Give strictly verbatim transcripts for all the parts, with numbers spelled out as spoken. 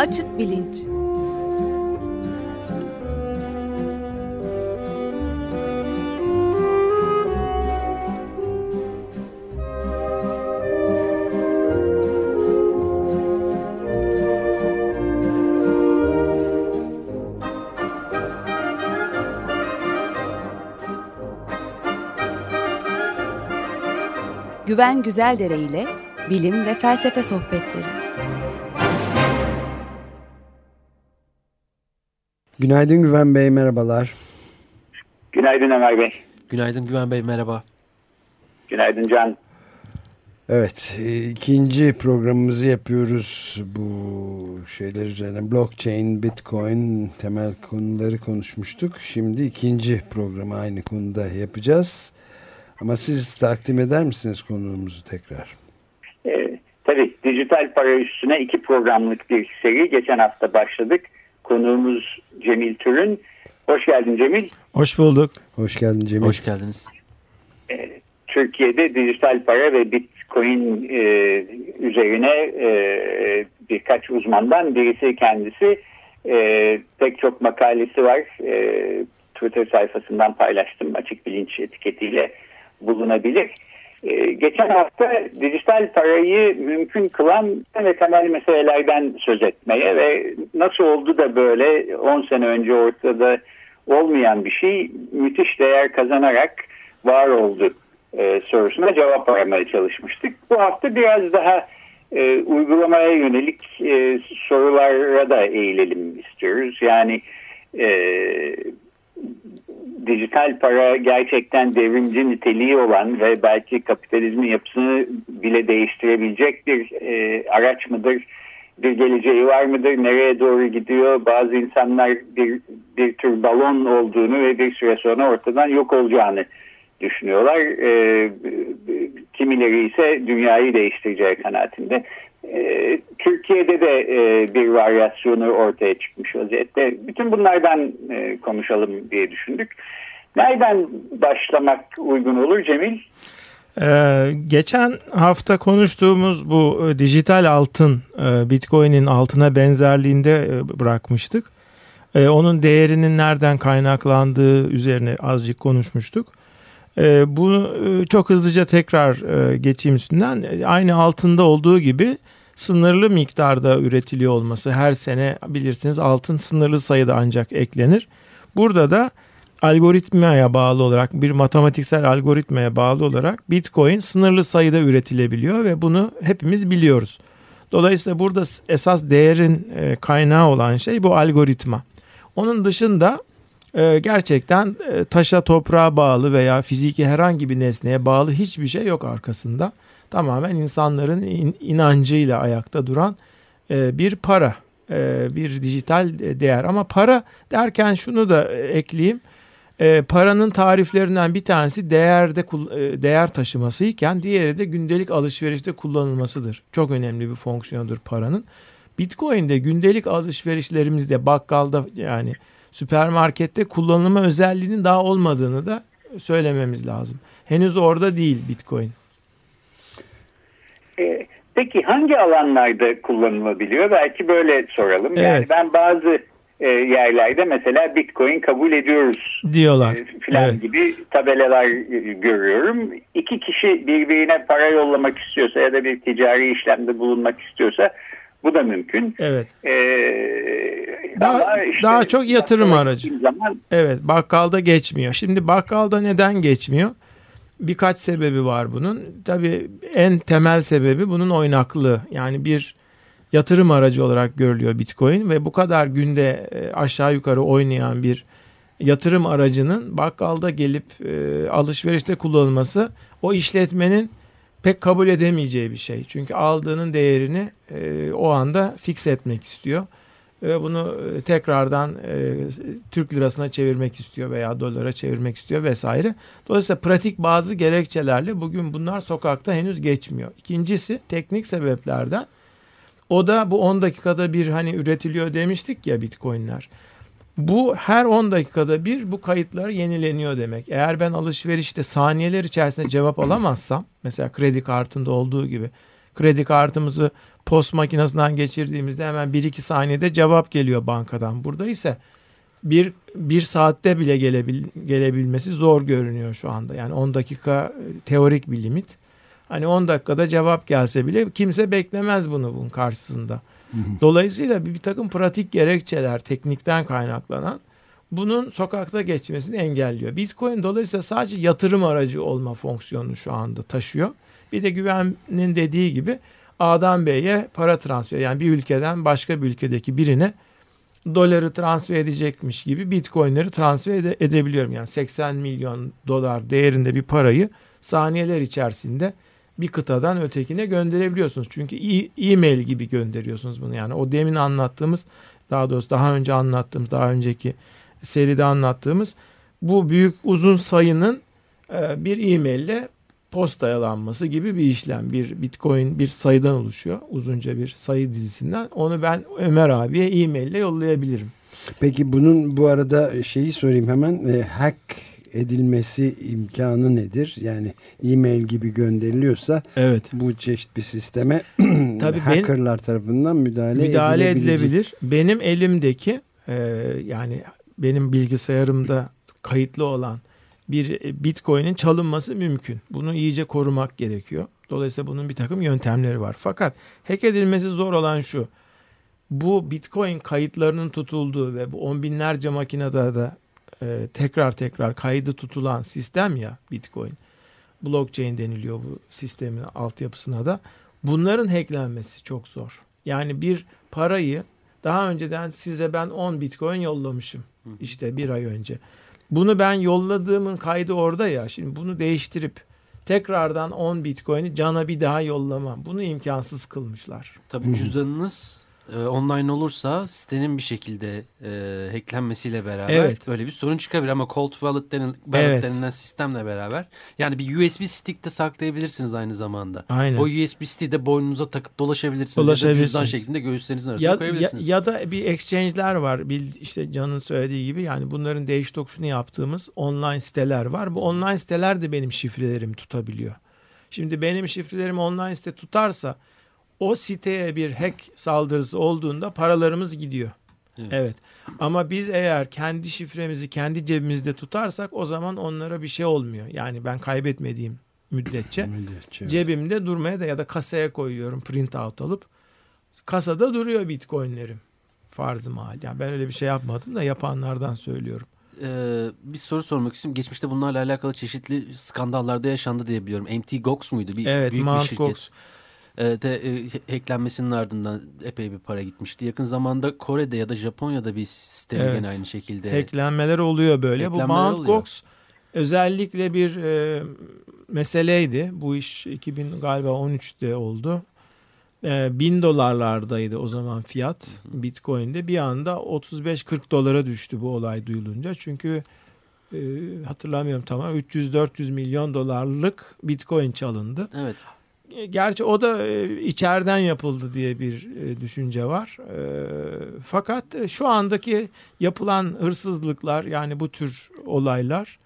Açık Bilinç. Güven Güzeldere ile bilim ve felsefe sohbetleri. Günaydın Güven Bey, merhabalar. Günaydın Ömer Bey. Günaydın Güven Bey, merhaba. Günaydın Can. Evet, ikinci programımızı yapıyoruz bu şeyler üzerine. Blockchain, Bitcoin temel konuları konuşmuştuk. Şimdi ikinci programı aynı konuda yapacağız. Ama siz takdim eder misiniz konumuzu tekrar? Ee, tabii, dijital para üstüne iki programlık bir seri geçen hafta başladık. Konuğumuz Cemil Türün. Hoş geldin Cemil. Hoş bulduk. Hoş geldin Cemil. Hoş geldiniz. Ee, Türkiye'de dijital para ve Bitcoin e, üzerine e, birkaç uzmandan birisi kendisi. E, pek çok makalesi var. E, Twitter sayfasından paylaştım, Açık Bilinç etiketiyle bulunabilir. Ee, geçen hafta dijital parayı mümkün kılan ve temel meselelerden söz etmeye ve nasıl oldu da böyle on sene önce ortada olmayan bir şey müthiş değer kazanarak var oldu e, sorusuna cevap aramaya çalışmıştık. Bu hafta biraz daha e, uygulamaya yönelik e, sorulara da eğilelim istiyoruz. Yani e, dijital para gerçekten devrimci niteliği olan ve belki kapitalizmin yapısını bile değiştirebilecek bir e, araç mıdır? Bir geleceği var mıdır? Nereye doğru gidiyor? Bazı insanlar bir, bir tür balon olduğunu ve bir süre sonra ortadan yok olacağını düşünüyorlar. E, kimileri ise dünyayı değiştireceği kanaatinde. E, Türkiye'de de e, bir varyasyonu ortaya çıkmış vaziyette. Bütün bunlardan e, konuşalım diye düşündük. Nereden başlamak uygun olur Cemil? Ee, geçen hafta konuştuğumuz bu e, dijital altın, e, Bitcoin'in altına benzerliğinde e, bırakmıştık. E, onun değerinin nereden kaynaklandığı üzerine azıcık konuşmuştuk. E, bunu e, çok hızlıca tekrar e, geçeyim üstünden. E, aynı altında olduğu gibi sınırlı miktarda üretiliyor olması, her sene bilirsiniz altın sınırlı sayıda ancak eklenir. Burada da algoritmaya bağlı olarak, bir matematiksel algoritmaya bağlı olarak Bitcoin sınırlı sayıda üretilebiliyor ve bunu hepimiz biliyoruz. Dolayısıyla burada esas değerin e, kaynağı olan şey bu algoritma. Onun dışında e, gerçekten e, taşa toprağa bağlı veya fiziki herhangi bir nesneye bağlı hiçbir şey yok arkasında. Tamamen insanların in, inancıyla ayakta duran e, bir para, e, bir dijital değer. Ama para derken şunu da ekleyeyim. E, paranın tariflerinden bir tanesi değerde e, değer taşımasıyken diğeri de gündelik alışverişte kullanılmasıdır. Çok önemli bir fonksiyonudur paranın. Bitcoin'de gündelik alışverişlerimizde, bakkalda yani süpermarkette kullanılma özelliğinin daha olmadığını da söylememiz lazım. Henüz orada değil Bitcoin. E, peki hangi alanlarda kullanılabiliyor? Belki böyle soralım. Evet. Yani ben bazı E, yerlerde mesela Bitcoin kabul ediyoruz diyorlar e, falan evet. gibi tabelalar e, görüyorum. İki kişi birbirine para yollamak istiyorsa ya da bir ticari işlemde bulunmak istiyorsa bu da mümkün. Evet. E, daha, işte, daha çok yatırım aracı. Zaman... Evet, bakkalda geçmiyor. Şimdi bakkalda neden geçmiyor? Birkaç sebebi var bunun. Tabii en temel sebebi bunun oynaklığı. Yani bir yatırım aracı olarak görülüyor Bitcoin ve bu kadar günde aşağı yukarı oynayan bir yatırım aracının bakkalda gelip e, alışverişte kullanılması o işletmenin pek kabul edemeyeceği bir şey. Çünkü aldığının değerini e, o anda fix etmek istiyor ve bunu e, tekrardan e, Türk lirasına çevirmek istiyor veya dolara çevirmek istiyor vesaire. Dolayısıyla pratik bazı gerekçelerle bugün bunlar sokakta henüz geçmiyor. İkincisi teknik sebeplerden. O da bu on dakikada bir hani üretiliyor demiştik ya Bitcoin'ler. Bu her on dakikada bir bu kayıtlar yenileniyor demek. Eğer ben alışverişte saniyeler içerisinde cevap alamazsam, mesela kredi kartında olduğu gibi kredi kartımızı post makinesinden geçirdiğimizde hemen bir iki saniyede cevap geliyor bankadan. Burada ise bir, bir saatte bile gelebil, gelebilmesi zor görünüyor şu anda. Yani on dakika teorik bir limit. Hani on dakikada cevap gelse bile kimse beklemez bunu bunun karşısında. Dolayısıyla bir, bir takım pratik gerekçeler, teknikten kaynaklanan bunun sokakta geçmesini engelliyor. Bitcoin dolayısıyla sadece yatırım aracı olma fonksiyonunu şu anda taşıyor. Bir de Güven'in dediği gibi A'dan B'ye para transferi, yani bir ülkeden başka bir ülkedeki birine doları transfer edecekmiş gibi Bitcoin'leri transfer ede- edebiliyorum. Yani seksen milyon dolar değerinde bir parayı saniyeler içerisinde bir kıtadan ötekine gönderebiliyorsunuz. Çünkü e- e-mail gibi gönderiyorsunuz bunu. Yani o demin anlattığımız, daha doğrusu daha önce anlattığımız, daha önceki seride anlattığımız bu büyük uzun sayının e, bir e-maille postayalanması gibi bir işlem. Bir Bitcoin bir sayıdan oluşuyor. Uzunca bir sayı dizisinden. Onu ben Ömer abiye e-maille yollayabilirim. Peki bunun bu arada şeyi sorayım hemen. E, hack edilmesi imkanı nedir? Yani e-mail gibi gönderiliyorsa evet. bu çeşit bir sisteme Tabii hackerlar ben, tarafından müdahale, müdahale edilebilir. edilebilir. Benim elimdeki e, yani benim bilgisayarımda kayıtlı olan bir Bitcoin'in çalınması mümkün. Bunu iyice korumak gerekiyor. Dolayısıyla bunun bir takım yöntemleri var. Fakat hack edilmesi zor olan şu. Bu Bitcoin kayıtlarının tutulduğu ve bu on binlerce makinede de e, tekrar tekrar kaydı tutulan sistem ya Bitcoin. Blockchain deniliyor bu sistemin altyapısına da. Bunların hacklenmesi çok zor. Yani bir parayı daha önceden size ben on Bitcoin yollamışım. İşte bir ay önce. Bunu ben yolladığımın kaydı orada ya. Şimdi bunu değiştirip tekrardan on Bitcoin'i Can'a bir daha yollamam. Bunu imkansız kılmışlar. Tabii cüzdanınız e, online olursa sitenin bir şekilde e, hacklenmesiyle beraber Evet. böyle bir sorun çıkabilir. Ama Cold Wallet denilen, wallet Evet. denilen sistemle beraber yani bir U S B stick de saklayabilirsiniz aynı zamanda. Aynen. O U S B stick'i de boynunuza takıp dolaşabilirsiniz. Dolaşabilirsiniz. Ya da cüzdan şeklinde göğüslerinizin arasına Ya, ya, koyabilirsiniz. ya da bir exchange'ler var. Bil, işte Can'ın söylediği gibi yani bunların değiş tokuşunu yaptığımız online siteler var. Bu online siteler de benim şifrelerimi tutabiliyor. Şimdi benim şifrelerimi online site tutarsa o siteye bir hack saldırısı olduğunda paralarımız gidiyor. Evet. evet. Ama biz eğer kendi şifremizi kendi cebimizde tutarsak o zaman onlara bir şey olmuyor. Yani ben kaybetmediğim müddetçe, müddetçe cebimde evet. durmaya da ya da kasaya koyuyorum print out alıp kasada duruyor Bitcoin'lerim. Farz-ı mahal. Yani ben öyle bir şey yapmadım da yapanlardan söylüyorum. Ee, bir soru sormak istiyorum. Geçmişte bunlarla alakalı çeşitli skandallarda yaşandı diye biliyorum. M T Gox muydu? Bir, evet, büyük Mt. bir şirket. Gox. Ee, de, e, hacklenmesinin ardından epey bir para gitmişti. Yakın zamanda Kore'de ya da Japonya'da bir sistemi evet. gene aynı şekilde. Hacklenmeler oluyor böyle. Hacklenmeler Bu Mt. Gox özellikle bir e, meseleydi. Bu iş iki bin galiba on üçte oldu. E, bin dolarlardaydı o zaman fiyat Bitcoin'de. Bir anda otuz beş kırk dolara düştü bu olay duyulunca. Çünkü e, hatırlamıyorum tamam üç yüz dört yüz milyon dolarlık Bitcoin çalındı. Evet. Gerçi o da e, içeriden yapıldı diye bir e, düşünce var. E, fakat e, şu andaki yapılan hırsızlıklar yani bu tür olaylar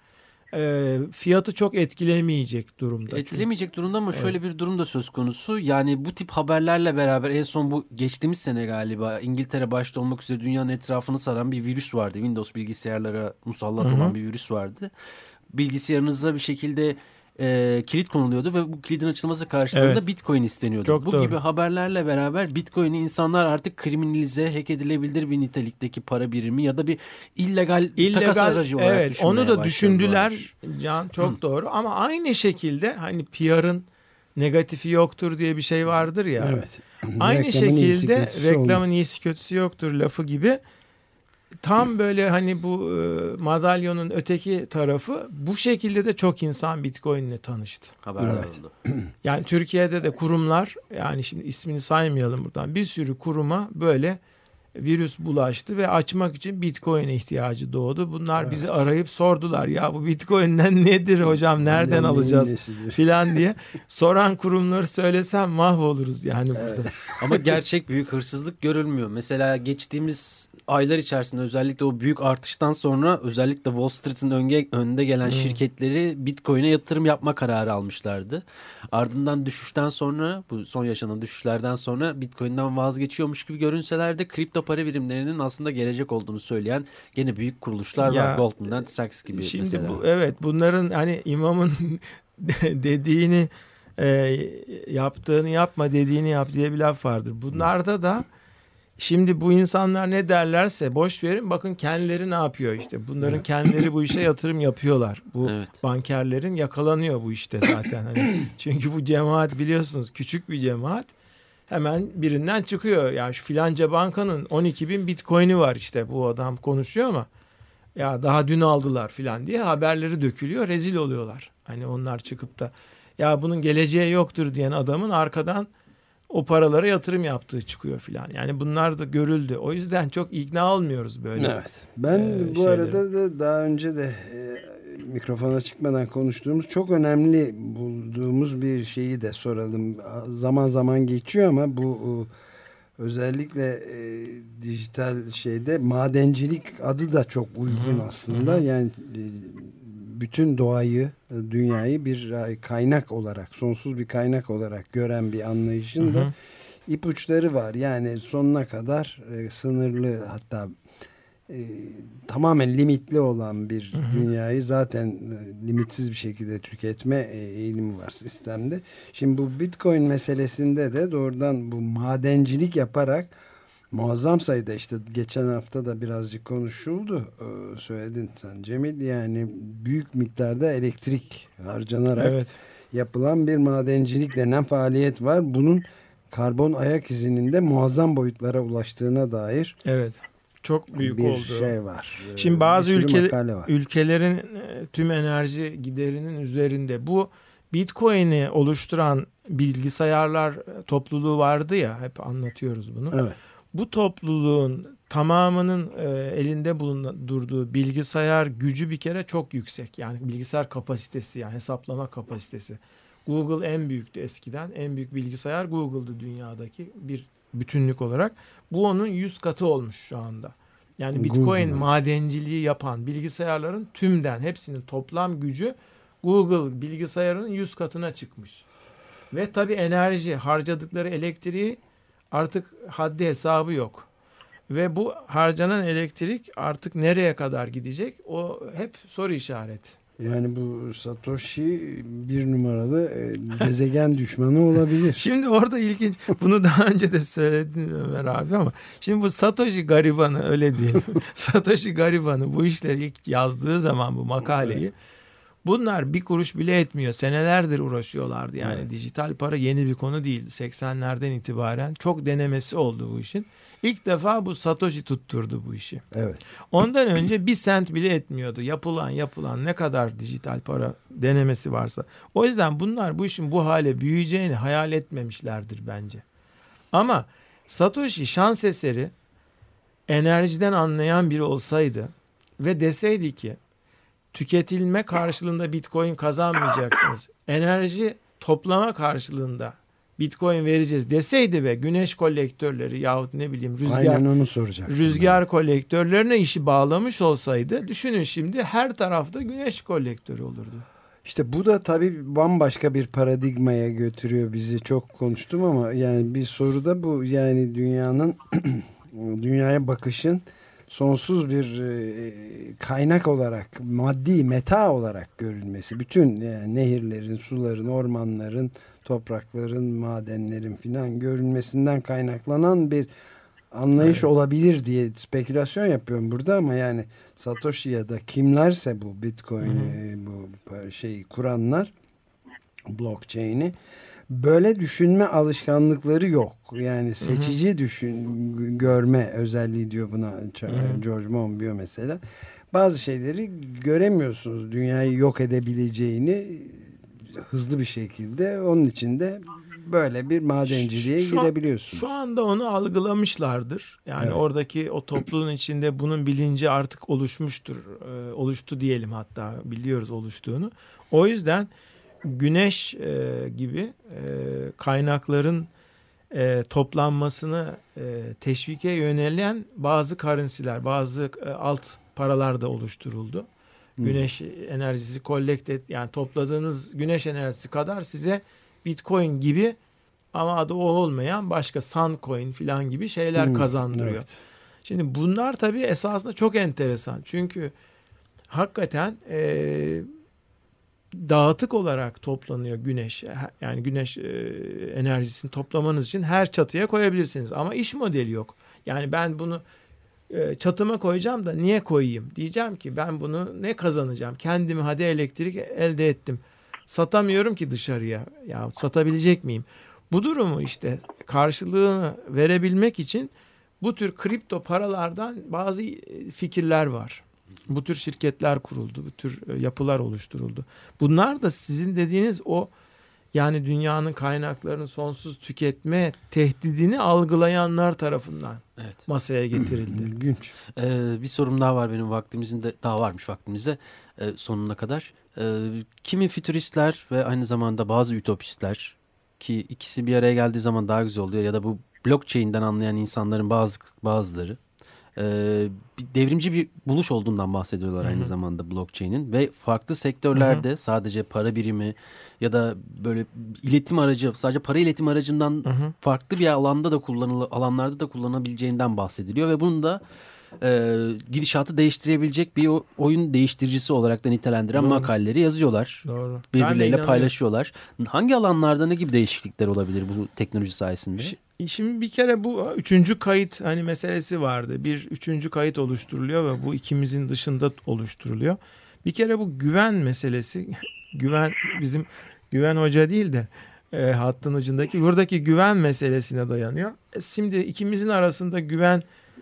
e, fiyatı çok etkilemeyecek durumda. Etkilemeyecek Çünkü, durumda ama evet. şöyle bir durum da söz konusu. Yani bu tip haberlerle beraber en son bu geçtiğimiz sene galiba İngiltere başta olmak üzere dünyanın etrafını saran bir virüs vardı. Windows bilgisayarlara musallat Hı-hı. olan bir virüs vardı. Bilgisayarınıza bir şekilde e, kilit konuluyordu ve bu kilidin açılması karşılığında evet. Bitcoin isteniyordu. Çok bu doğru. gibi haberlerle beraber Bitcoin'i insanlar artık kriminalize, hack edilebilir bir nitelikteki para birimi ya da bir illegal, illegal takas aracı olarak evet, düşünmeye onu da düşündüler başladılar. Can çok Hı. doğru ama aynı şekilde hani P R'ın negatifi yoktur diye bir şey vardır ya. Evet. Aynı reklamın şekilde iyisi reklamın iyisi kötüsü yoktur lafı gibi. Tam böyle hani bu e, madalyonun öteki tarafı bu şekilde de çok insan Bitcoin'le tanıştı. Haberler evet. oldu. Yani Türkiye'de de kurumlar yani şimdi ismini saymayalım buradan bir sürü kuruma böyle virüs bulaştı ve açmak için Bitcoin ihtiyacı doğdu. Bunlar evet. bizi arayıp sordular. Ya bu Bitcoin'den nedir hocam? Nereden ne, alacağız? Filan diye. Soran kurumları söylesem mahvoluruz yani burada. Evet. Ama gerçek büyük hırsızlık görülmüyor. Mesela geçtiğimiz aylar içerisinde özellikle o büyük artıştan sonra özellikle Wall Street'in önge, önde gelen hmm. şirketleri Bitcoin'e yatırım yapma kararı almışlardı. Ardından düşüşten sonra, bu son yaşanan düşüşlerden sonra Bitcoin'den vazgeçiyormuş gibi görünseler de kripto para birimlerinin aslında gelecek olduğunu söyleyen gene büyük kuruluşlar ya, var. Goldman Sachs gibi şimdi mesela. Bu, evet, bunların hani imamın dediğini e, yaptığını yapma, dediğini yap diye bir laf vardır. Bunlarda da şimdi bu insanlar ne derlerse boş verin, bakın kendileri ne yapıyor işte. Bunların kendileri bu işe yatırım yapıyorlar. Bu evet. bankerlerin yakalanıyor bu işte zaten. Hani çünkü bu cemaat biliyorsunuz küçük bir cemaat. Hemen birinden çıkıyor. Ya şu filanca bankanın on iki bin Bitcoin'i var işte, bu adam konuşuyor ama ya daha dün aldılar filan diye haberleri dökülüyor. Rezil oluyorlar. Hani onlar çıkıp da ya bunun geleceği yoktur diyen adamın arkadan o paralara yatırım yaptığı çıkıyor filan. Yani bunlar da görüldü. O yüzden çok ikna olmuyoruz böyle. Evet. Ben e, bu şeyleri. arada da daha önce de e, mikrofona çıkmadan konuştuğumuz çok önemli bulduğumuz bir şeyi de soralım. Zaman zaman geçiyor ama bu özellikle e, dijital şeyde madencilik adı da çok uygun Hı-hı. aslında. Hı-hı. Yani e, bütün doğayı, dünyayı bir kaynak olarak, sonsuz bir kaynak olarak gören bir anlayışın Hı-hı. da ipuçları var. Yani sonuna kadar e, sınırlı, hatta e, tamamen limitli olan bir Hı-hı. dünyayı zaten e, limitsiz bir şekilde tüketme e, eğilimi var sistemde. Şimdi bu Bitcoin meselesinde de doğrudan bu madencilik yaparak muazzam sayıda, işte geçen hafta da birazcık konuşuldu, ee, söyledin sen Cemil, yani büyük miktarda elektrik harcanarak evet. yapılan bir madencilik denen faaliyet var. Bunun karbon ayak izinin de muazzam boyutlara ulaştığına dair evet. çok büyük bir oldu. şey var. Şimdi bazı ülke, var. ülkelerin tüm enerji giderinin üzerinde bu Bitcoin'i oluşturan bilgisayarlar topluluğu vardı ya, hep anlatıyoruz bunu. Evet. Bu topluluğun tamamının e, elinde bulundurduğu bilgisayar gücü bir kere çok yüksek. Yani bilgisayar kapasitesi, yani hesaplama kapasitesi. Google en büyüktü eskiden. En büyük bilgisayar Google'dı dünyadaki bir bütünlük olarak. Bu onun yüz katı olmuş şu anda. Yani Bitcoin Google. madenciliği yapan bilgisayarların tümden hepsinin toplam gücü Google bilgisayarının yüz katına çıkmış. Ve tabii enerji, harcadıkları elektriği artık haddi hesabı yok. Ve bu harcanan elektrik artık nereye kadar gidecek? O hep soru işareti. Yani bu Satoshi bir numaralı e, gezegen düşmanı olabilir. Şimdi orada ilginç, bunu daha önce de söyledin Ömer abi, ama şimdi bu Satoshi garibanı, öyle diyelim. Satoshi garibanı bu işleri ilk yazdığı zaman, bu makaleyi, bunlar bir kuruş bile etmiyor. Senelerdir uğraşıyorlardı. Yani evet. dijital para yeni bir konu değil. seksenlerden itibaren çok denemesi oldu bu işin. İlk defa bu Satoshi tutturdu bu işi. Evet. Ondan önce bir sent bile etmiyordu. Yapılan yapılan ne kadar dijital para denemesi varsa. O yüzden bunlar bu işin bu hale büyüyeceğini hayal etmemişlerdir bence. Ama Satoshi şans eseri enerjiden anlayan biri olsaydı ve deseydi ki tüketilme karşılığında Bitcoin kazanmayacaksınız, enerji toplama karşılığında Bitcoin vereceğiz deseydi ve güneş kolektörleri yahut ne bileyim rüzgar, onu soracaksın rüzgar yani. kolektörlerine işi bağlamış olsaydı, düşünün şimdi her tarafta güneş kolektörü olurdu. İşte bu da tabii bambaşka bir paradigmaya götürüyor bizi. Çok konuştum ama yani bir soru da bu, yani dünyanın dünyaya bakışın sonsuz bir e, kaynak olarak, maddi meta olarak görülmesi, bütün yani nehirlerin, suların, ormanların, toprakların, madenlerin filan görülmesinden kaynaklanan bir anlayış evet. olabilir diye spekülasyon yapıyorum burada, ama yani Satoshi ya da kimlerse bu Bitcoin, e, bu şeyi kuranlar, blockchain'i, böyle düşünme alışkanlıkları yok. Yani seçici Hı-hı. düşün, görme özelliği diyor buna Hı-hı. George Monbiot mesela. Bazı şeyleri göremiyorsunuz. Dünyayı yok edebileceğini hızlı bir şekilde. Onun için de böyle bir madenciliğe şu an, girebiliyorsunuz. Şu anda onu algılamışlardır. Yani evet. Oradaki o topluluğun içinde bunun bilinci artık oluşmuştur. E, oluştu diyelim, hatta biliyoruz oluştuğunu. O yüzden güneş e, gibi e, kaynakların e, toplanmasını e, teşvike yönelen bazı currency'ler, bazı e, alt paralar da oluşturuldu. Hmm. Güneş enerjisi collect et, yani topladığınız güneş enerjisi kadar size Bitcoin gibi ama adı o olmayan başka Suncoin falan gibi şeyler hmm, kazandırıyor. Evet. Şimdi bunlar tabii esasında çok enteresan. Çünkü hakikaten e, dağıtık olarak toplanıyor güneş. Yani güneş e, enerjisini toplamanız için her çatıya koyabilirsiniz. Ama iş modeli yok. Yani ben bunu e, çatıma koyacağım da niye koyayım? Diyeceğim ki ben bunu ne kazanacağım? Kendimi hadi elektrik elde ettim. Satamıyorum ki dışarıya. Ya satabilecek miyim? Bu durumu işte karşılığını verebilmek için bu tür kripto paralardan bazı fikirler var. Bu tür şirketler kuruldu, bu tür yapılar oluşturuldu. Bunlar da sizin dediğiniz o, yani dünyanın kaynaklarını sonsuz tüketme tehdidini algılayanlar tarafından evet. masaya getirildi. İlginç. Ee, bir sorum daha var benim, vaktimizin de daha varmış vaktimize e, sonuna kadar. E, kimi fütüristler ve aynı zamanda bazı ütopistler, ki ikisi bir araya geldiği zaman daha güzel oluyor, ya da bu blockchain'den anlayan insanların bazı bazıları Ee, bir devrimci bir buluş olduğundan bahsediyorlar. Hı-hı. Aynı zamanda blockchain'in ve farklı sektörlerde Hı-hı. sadece para birimi ya da böyle iletim aracı, sadece para iletim aracından Hı-hı. farklı bir alanda da kullanıl alanlarda da kullanabileceğinden bahsediliyor ve bunun da e, gidişatı değiştirebilecek bir oyun değiştiricisi olarak da nitelendiren Doğru. makaleleri yazıyorlar. Doğru. Birbirleriyle paylaşıyorlar. Hangi alanlarda ne gibi değişiklikler olabilir bu teknoloji sayesinde? Ş- Şimdi bir kere bu üçüncü kayıt hani meselesi vardı. Bir üçüncü kayıt oluşturuluyor ve bu ikimizin dışında oluşturuluyor. Bir kere bu güven meselesi, güven bizim Güven Hoca değil de e, hattın ucundaki buradaki güven meselesine dayanıyor. E, şimdi ikimizin arasında güven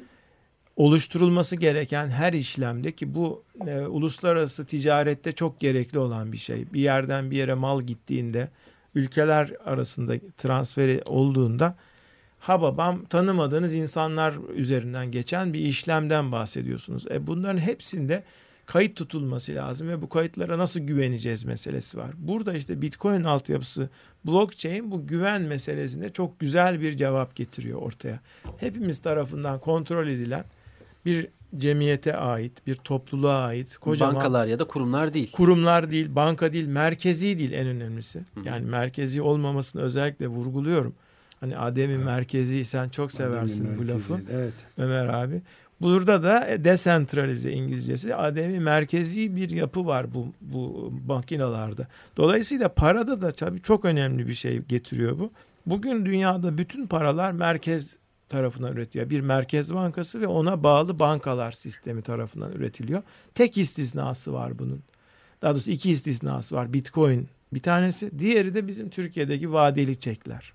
oluşturulması gereken her işlemde, ki bu e, uluslararası ticarette çok gerekli olan bir şey. Bir yerden bir yere mal gittiğinde, ülkeler arasında transferi olduğunda hababam tanımadığınız insanlar üzerinden geçen bir işlemden bahsediyorsunuz. E bunların hepsinde kayıt tutulması lazım ve bu kayıtlara nasıl güveneceğiz meselesi var. Burada işte Bitcoin altyapısı, blockchain bu güven meselesinde çok güzel bir cevap getiriyor ortaya. Hepimiz tarafından kontrol edilen bir cemiyete ait, bir topluluğa ait kocaman bankalar ya da kurumlar değil. Kurumlar değil, banka değil, merkezi değil en önemlisi. Hı-hı. Yani merkezi olmamasını özellikle vurguluyorum. Hani ademi evet. merkezi, sen çok seversin ademi bu merkezi, lafı. Evet. Ömer abi. Burada da desentralize, İngilizcesi, ademi merkezi bir yapı var bu bu makinalarda. Dolayısıyla parada da tabii çok önemli bir şey getiriyor bu. Bugün dünyada bütün paralar merkez tarafından üretiyor. Bir merkez bankası ve ona bağlı bankalar sistemi tarafından üretiliyor. Tek istisnası var bunun. Daha doğrusu iki istisnası var. Bitcoin bir tanesi, diğeri de bizim Türkiye'deki vadeli çekler.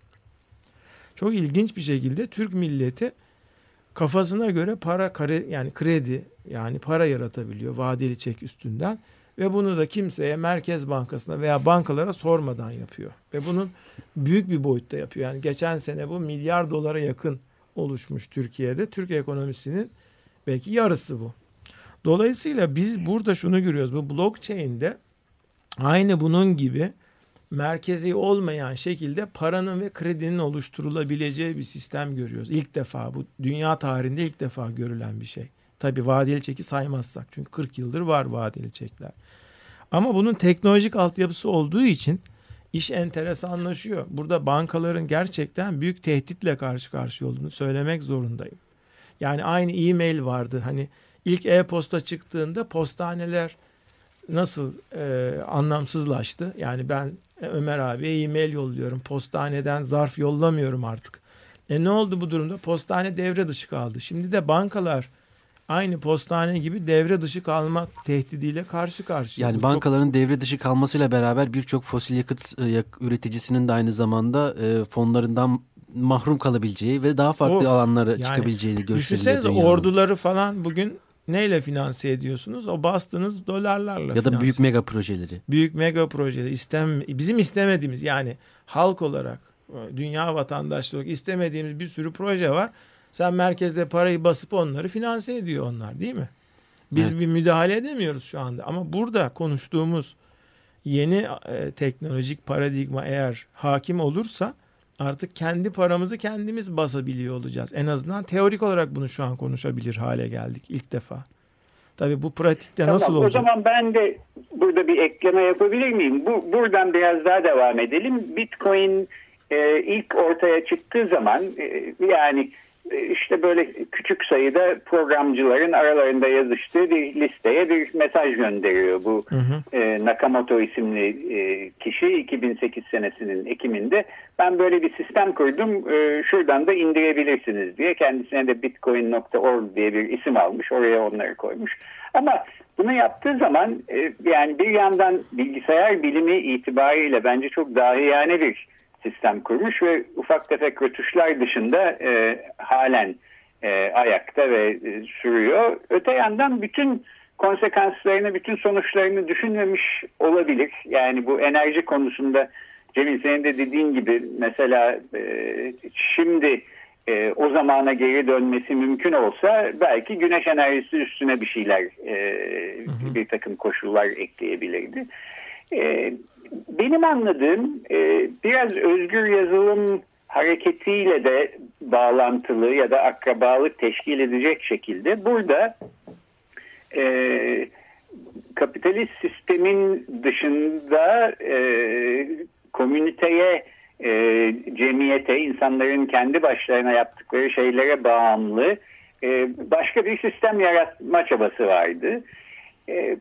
Çok ilginç bir şekilde Türk milleti kafasına göre para kare, yani kredi, yani para yaratabiliyor vadeli çek üstünden ve bunu da kimseye, Merkez Bankası'na veya bankalara sormadan yapıyor. Ve bunun büyük bir boyutta yapıyor. Yani geçen sene bu milyar dolara yakın oluşmuş Türkiye'de. Türk ekonomisinin belki yarısı bu. Dolayısıyla biz burada şunu görüyoruz. Bu blockchain'de aynı bunun gibi merkezi olmayan şekilde paranın ve kredinin oluşturulabileceği bir sistem görüyoruz. İlk defa, bu dünya tarihinde ilk defa görülen bir şey. Tabii vadeli çeki saymazsak. Çünkü kırk yıldır var vadeli çekler. Ama bunun teknolojik altyapısı olduğu için iş enteresanlaşıyor. Burada bankaların gerçekten büyük tehditle karşı karşıya olduğunu söylemek zorundayım. Yani aynı e-mail vardı. Hani ilk e-posta çıktığında postaneler nasıl e, anlamsızlaştı. Yani ben Ömer abiye e-mail yolluyorum. Postaneden zarf yollamıyorum artık. E ne oldu bu durumda? Postane devre dışı kaldı. Şimdi de bankalar aynı postane gibi devre dışı kalma tehdidiyle karşı karşıya. Yani bu bankaların çok... devre dışı kalmasıyla beraber birçok fosil yakıt e, üreticisinin de aynı zamanda e, fonlarından mahrum kalabileceği ve daha farklı of, alanlara yani, çıkabileceğini gösteriyor. Düşünsenize orduları falan bugün neyle finanse ediyorsunuz? O bastığınız dolarlarla. Ya da finanse. Büyük mega projeleri. Büyük mega projeleri. İstem, bizim istemediğimiz, yani halk olarak Dünya vatandaşlığı istemediğimiz bir sürü proje var. Sen merkezde parayı basıp onları finanse ediyor onlar, değil mi? Biz evet. bir müdahale edemiyoruz şu anda. Ama burada konuştuğumuz yeni e, teknolojik paradigma eğer hakim olursa artık kendi paramızı kendimiz basabiliyor olacağız. En azından teorik olarak bunu şu an konuşabilir hale geldik ilk defa. Tabii bu pratikte tamam, nasıl olacak? O zaman ben de burada bir ekleme yapabilir miyim? Bu buradan biraz daha devam edelim. Bitcoin e, ilk ortaya çıktığı zaman e, yani işte böyle küçük sayıda programcıların aralarında yazıştığı bir listeye bir mesaj gönderiyor bu hı hı. E, Nakamoto isimli e, kişi iki bin sekiz senesinin Ekim'inde ben böyle bir sistem kurdum e, şuradan da indirebilirsiniz diye kendisine de bitcoin nokta org diye bir isim almış, oraya onları koymuş. Ama bunu yaptığı zaman e, yani bir yandan bilgisayar bilimi itibariyle bence çok dahiyane bir sistem kurmuş ve ufak tefek rötuşlar dışında e, halen e, ayakta ve e, sürüyor. Öte yandan bütün konsekanslarını, bütün sonuçlarını düşünmemiş olabilir. Yani bu enerji konusunda Cemil senin de dediğin gibi mesela e, şimdi e, o zamana geri dönmesi mümkün olsa belki güneş enerjisi üstüne bir şeyler, e, hı hı. bir takım koşullar ekleyebilirdi. E, Benim anladığım e, biraz özgür yazılım hareketiyle de bağlantılı ya da akrabalık teşkil edecek şekilde burada e, kapitalist sistemin dışında e, komüniteye, e, cemiyete, insanların kendi başlarına yaptıkları şeylere bağımlı e, başka bir sistem yaratma çabası vardı. E,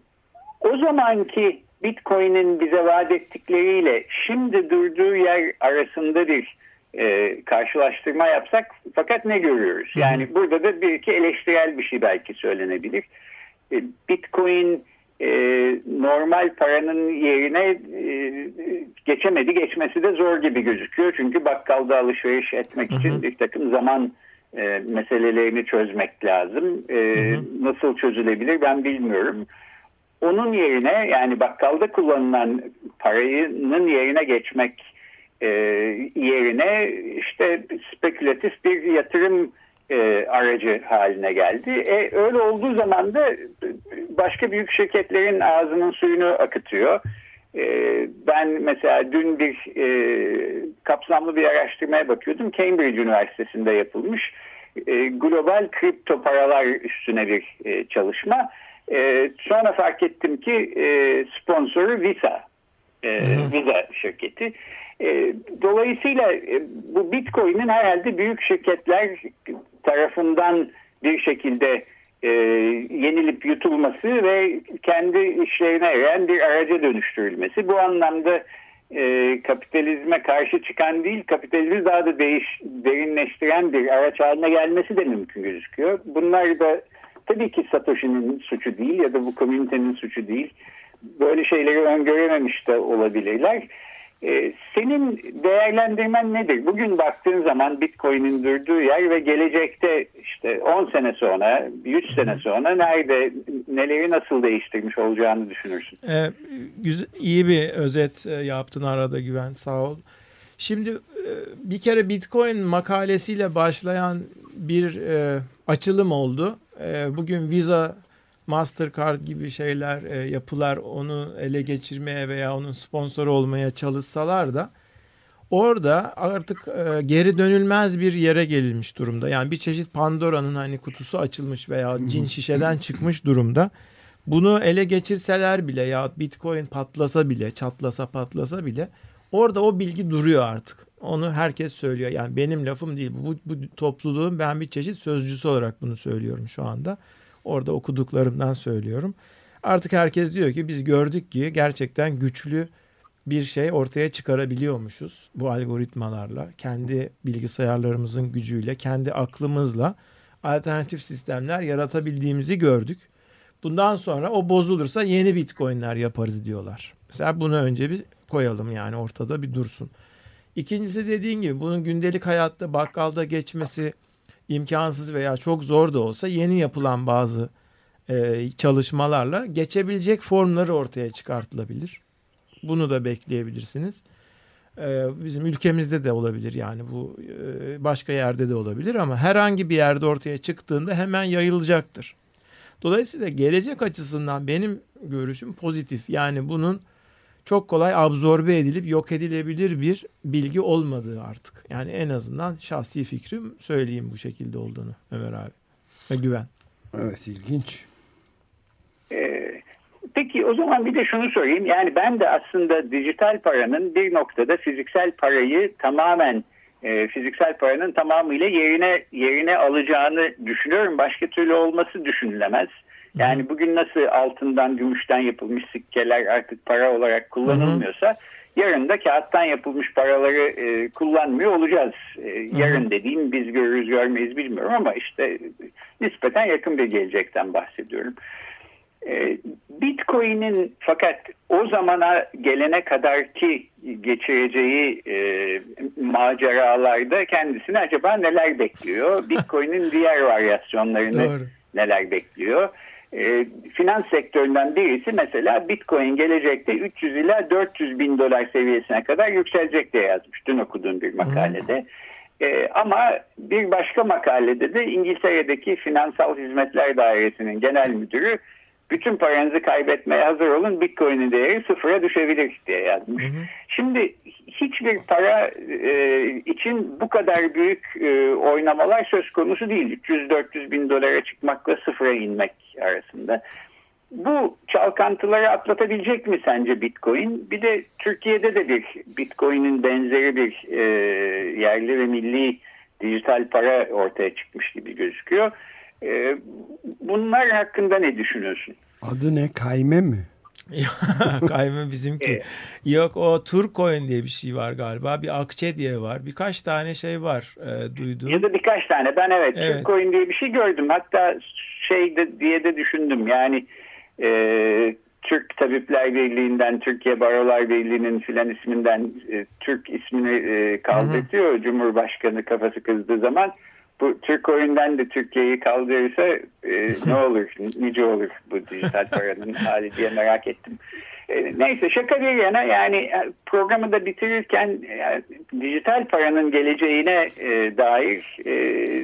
o zamanki Bitcoin'in bize vaat ettikleriyle şimdi durduğu yer arasında bir e, karşılaştırma yapsak fakat ne görüyoruz? Yani hı hı. burada da bir iki eleştirel bir şey belki söylenebilir. E, Bitcoin e, normal paranın yerine e, geçemedi, geçmesi de zor gibi gözüküyor. Çünkü bakkalda alışveriş etmek hı hı. için bir takım zaman e, meselelerini çözmek lazım. E, hı hı. Nasıl çözülebilir ben bilmiyorum. Onun yerine yani bakkalda kullanılan parayının yerine geçmek e, yerine işte spekülatif bir yatırım e, aracı haline geldi. E, öyle olduğu zaman da başka büyük şirketlerin ağzının suyunu akıtıyor. E, ben mesela dün bir e, kapsamlı bir araştırmaya bakıyordum. Cambridge Üniversitesi'nde yapılmış e, global kripto paralar üstüne bir e, çalışma. Ee, sonra fark ettim ki e, sponsoru Visa, e, Visa şirketi. E, dolayısıyla e, bu Bitcoin'in herhalde büyük şirketler tarafından bir şekilde e, yenilip yutulması ve kendi işlerine yarayan bir araca dönüştürülmesi. Bu anlamda e, kapitalizme karşı çıkan değil, kapitalizmi daha da değiş, derinleştiren bir araç haline gelmesi de mümkün gözüküyor. Bunlar da tabii ki Satoshi'nin suçu değil ya da bu komünitenin suçu değil. Böyle şeyleri öngörememiş de olabilirler. Ee, senin değerlendirmen nedir? Bugün baktığın zaman Bitcoin'in durduğu yer ve gelecekte işte on sene sonra, yüz sene sonra nerede, neleri nasıl değiştirmiş olacağını düşünürsün. Ee, güzel, iyi bir özet yaptın arada Güven, sağ ol. Şimdi bir kere Bitcoin makalesiyle başlayan bir e, açılım oldu. E, bugün Visa, Mastercard gibi şeyler, e, yapılar onu ele geçirmeye veya onun sponsoru olmaya çalışsalar da orada artık e, geri dönülmez bir yere gelinmiş durumda. Yani bir çeşit Pandora'nın hani kutusu açılmış veya cin şişeden çıkmış durumda. Bunu ele geçirseler bile ya Bitcoin patlasa bile, çatlasa patlasa bile orada o bilgi duruyor artık. Onu herkes söylüyor. Yani benim lafım değil. Bu, bu topluluğun ben bir çeşit sözcüsü olarak bunu söylüyorum şu anda. Orada okuduklarımdan söylüyorum. Artık herkes diyor ki biz gördük ki gerçekten güçlü bir şey ortaya çıkarabiliyormuşuz bu algoritmalarla. Kendi bilgisayarlarımızın gücüyle, kendi aklımızla alternatif sistemler yaratabildiğimizi gördük. Bundan sonra o bozulursa yeni Bitcoin'ler yaparız diyorlar. Mesela bunu önce bir koyalım yani ortada bir dursun. İkincisi dediğin gibi bunun gündelik hayatta bakkalda geçmesi imkansız veya çok zor da olsa yeni yapılan bazı e, çalışmalarla geçebilecek formları ortaya çıkartılabilir. Bunu da bekleyebilirsiniz. Bizim ülkemizde de olabilir, yani bu başka yerde de olabilir ama herhangi bir yerde ortaya çıktığında hemen yayılacaktır. Dolayısıyla gelecek açısından benim görüşüm pozitif. Yani bunun çok kolay absorbe edilip yok edilebilir bir bilgi olmadığı artık. Yani en azından şahsi fikrim söyleyeyim bu şekilde olduğunu Ömer abi. Ve güven. Evet, ilginç. Ee, peki o zaman bir de şunu sorayım. Yani ben de aslında dijital paranın bir noktada fiziksel parayı tamamen e, fiziksel paranın tamamıyla yerine yerine alacağını düşünüyorum. Başka türlü olması düşünülemez. Yani bugün nasıl altından, gümüşten yapılmış sikkeler artık para olarak kullanılmıyorsa, hı hı, yarın da kağıttan yapılmış paraları e, kullanmıyor olacağız. E, yarın dediğim biz görürüz görmeyiz bilmiyorum ama işte nispeten yakın bir gelecekten bahsediyorum. E, Bitcoin'in fakat o zamana gelene kadarki geçireceği e, maceralarda kendisini acaba neler bekliyor? Bitcoin'in diğer varyasyonlarını neler bekliyor? E, finans sektöründen birisi mesela Bitcoin gelecekte üç yüz ila dört yüz bin dolar seviyesine kadar yükselecek diye yazmış. Dün okuduğum bir makalede. E, ama bir başka makalede de İngiltere'deki Finansal Hizmetler Dairesi'nin genel müdürü bütün paranızı kaybetmeye hazır olun, Bitcoin'in değeri sıfıra düşebilir diye yazmış. Hı hı. Şimdi hiçbir para e, için bu kadar büyük e, oynamalar söz konusu değil. üç yüz dört yüz bin dolara çıkmakla sıfıra inmek arasında. Bu çalkantıları atlatabilecek mi sence Bitcoin? Bir de Türkiye'de de bir Bitcoin'in benzeri bir e, yerli ve milli dijital para ortaya çıkmış gibi gözüküyor. Bunlar hakkında ne düşünüyorsun? Adı ne? Kayme mi? Kayme bizimki. Yok, o Turcoin diye bir şey var galiba. Bir Akçe diye var. Birkaç tane şey var e, duyduğum. Ya da birkaç tane. Ben evet, evet. Turcoin diye bir şey gördüm. Hatta şey de, diye de düşündüm. Yani e, Türk Tabipler Birliği'nden, Türkiye Barolar Birliği'nin filan isminden e, Türk ismini e, kaldırtıyor. Hı hı. Cumhurbaşkanı kafası kızdığı zaman. Bu Turcoin'den de Türkiye'yi kaldırırsa e, ne olur, nice olur bu dijital paranın hali diye merak ettim. E, neyse şaka bir yana, yani programı da bitirirken yani, dijital paranın geleceğine e, dair e,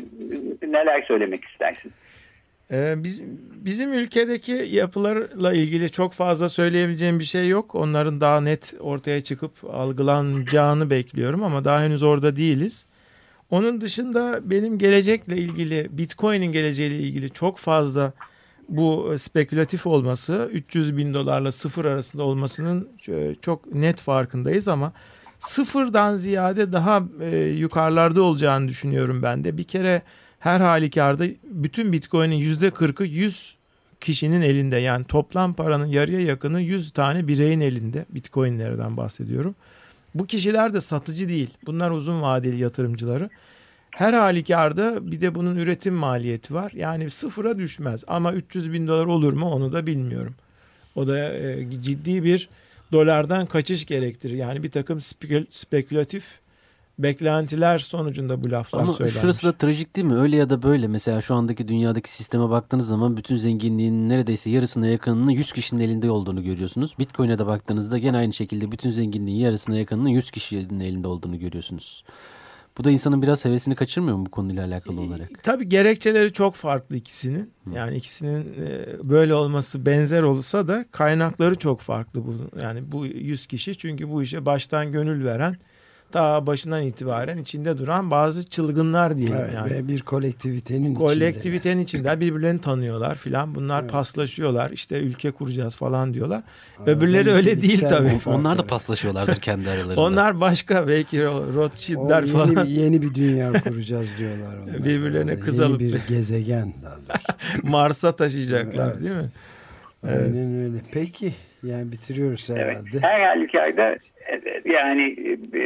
neler söylemek istersin? Ee, biz, bizim ülkedeki yapılarla ilgili çok fazla söyleyebileceğim bir şey yok. Onların daha net ortaya çıkıp algılanacağını bekliyorum ama daha henüz orada değiliz. Onun dışında benim gelecekle ilgili, Bitcoin'in geleceğiyle ilgili çok fazla bu spekülatif olması, üç yüz bin dolarla sıfır arasında olmasının çok net farkındayız ama sıfırdan ziyade daha yukarılarda olacağını düşünüyorum ben de. Bir kere her halükarda bütün Bitcoin'in yüzde kırkı yüz kişinin elinde, yani toplam paranın yarıya yakını yüz tane bireyin elinde, Bitcoin'lerden bahsediyorum. Bu kişiler de satıcı değil. Bunlar uzun vadeli yatırımcıları. Her halükarda bir de bunun üretim maliyeti var. Yani sıfıra düşmez ama üç yüz bin dolar olur mu onu da bilmiyorum. O da e, ciddi bir dolardan kaçış gerektirir. Yani bir takım spekül- spekülatif beklentiler sonucunda bu laflar ama söylenmiş. Şurası da trajik değil mi? Öyle ya da böyle. Mesela şu andaki dünyadaki sisteme baktığınız zaman bütün zenginliğin neredeyse yarısına yakınının yüz kişinin elinde olduğunu görüyorsunuz. Bitcoin'e de baktığınızda gene aynı şekilde bütün zenginliğin yarısına yakınının yüz kişinin elinde olduğunu görüyorsunuz. Bu da insanın biraz hevesini kaçırmıyor mu bu konuyla alakalı olarak? E, tabii gerekçeleri çok farklı ikisinin. Yani ikisinin e, böyle olması benzer olsa da kaynakları çok farklı. Bu, yani bu yüz kişi çünkü bu işe baştan gönül veren, daha başından itibaren içinde duran bazı çılgınlar diyelim. Evet, yani. Ve bir kolektivitenin, kolektivitenin içinde. içinde birbirlerini tanıyorlar filan. Bunlar evet. paslaşıyorlar. İşte ülke kuracağız falan diyorlar. Aa, öbürleri öyle değil tabii. Onlar da paslaşıyorlardır kendi aralarında. Onlar başka, belki Rothschild'ler yeni falan. Bir, yeni bir dünya kuracağız diyorlar. Onlar. Birbirlerine yani kız yeni alıp. bir gezegen daha doğrusu. Mars'a taşıyacaklar evet. değil mi? Aynen evet. öyle. Peki. Yani bitiriyoruz herhalde. Evet. Her halükarda yani e,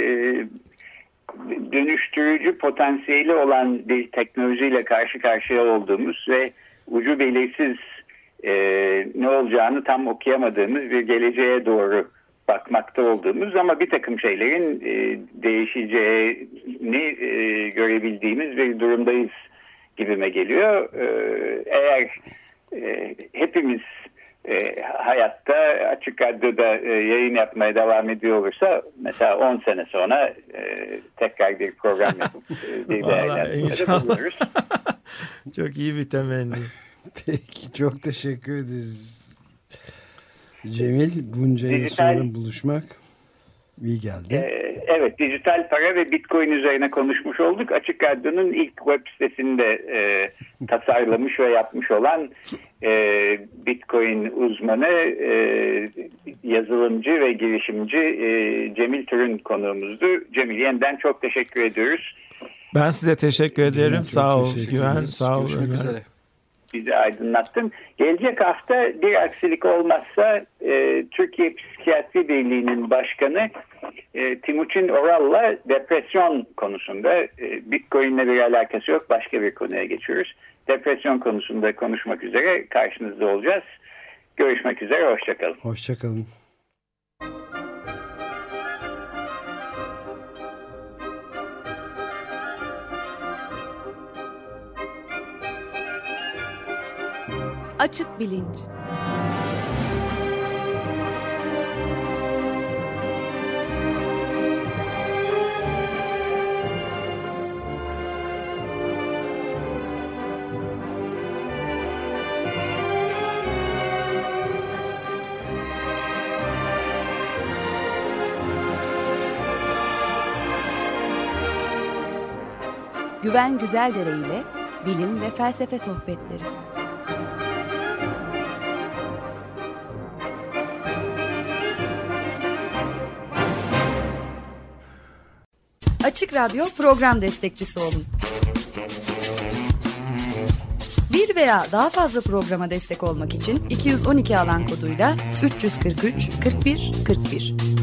dönüştürücü potansiyeli olan bir teknolojiyle karşı karşıya olduğumuz ve ucu belirsiz e, ne olacağını tam okuyamadığımız bir geleceğe doğru bakmakta olduğumuz ama bir takım şeylerin e, değişeceğini e, görebildiğimiz bir durumdayız gibime geliyor. E, eğer e, hepimiz e, hayatta Açık Radyo'da e, yayın yapmaya devam ediyor olursa mesela on sene sonra e, tekrar bir program yapıp e, bir değerlendirmede bulunuruz. Çok iyi bir temenni. Peki, çok teşekkür ederiz. Cemil, bunca yıl Dijital... sonra buluşmak iyi geldi. Ee, evet, dijital para ve Bitcoin üzerine konuşmuş olduk. Açık Radyo'nun ilk web sitesinde e, tasarlamış ve yapmış olan e, Bitcoin uzmanı, e, yazılımcı ve girişimci e, Cemil Türün konuğumuzdu. Cemil, yeniden çok teşekkür ediyoruz. Ben size teşekkür ederim. Çok sağ ol teşekkür Güven, ederiz. sağ ol. Görüşmek Ömer. üzere. Bizi aydınlattın. Gelecek hafta bir aksilik olmazsa e, Türkiye Psikiyatri Birliği'nin başkanı e, Timuçin Oral'la depresyon konusunda, e, Bitcoin'le bir alakası yok, başka bir konuya geçiyoruz. Depresyon konusunda konuşmak üzere karşınızda olacağız. Görüşmek üzere, hoşçakalın. Hoşçakalın. Açık Bilinç. Güven Güzeldere ile bilim ve felsefe sohbetleri. Açık Radyo program destekçisi olun. Bir veya daha fazla programa destek olmak için iki yüz on iki alan koduyla üç yüz kırk üç kırk bir kırk bir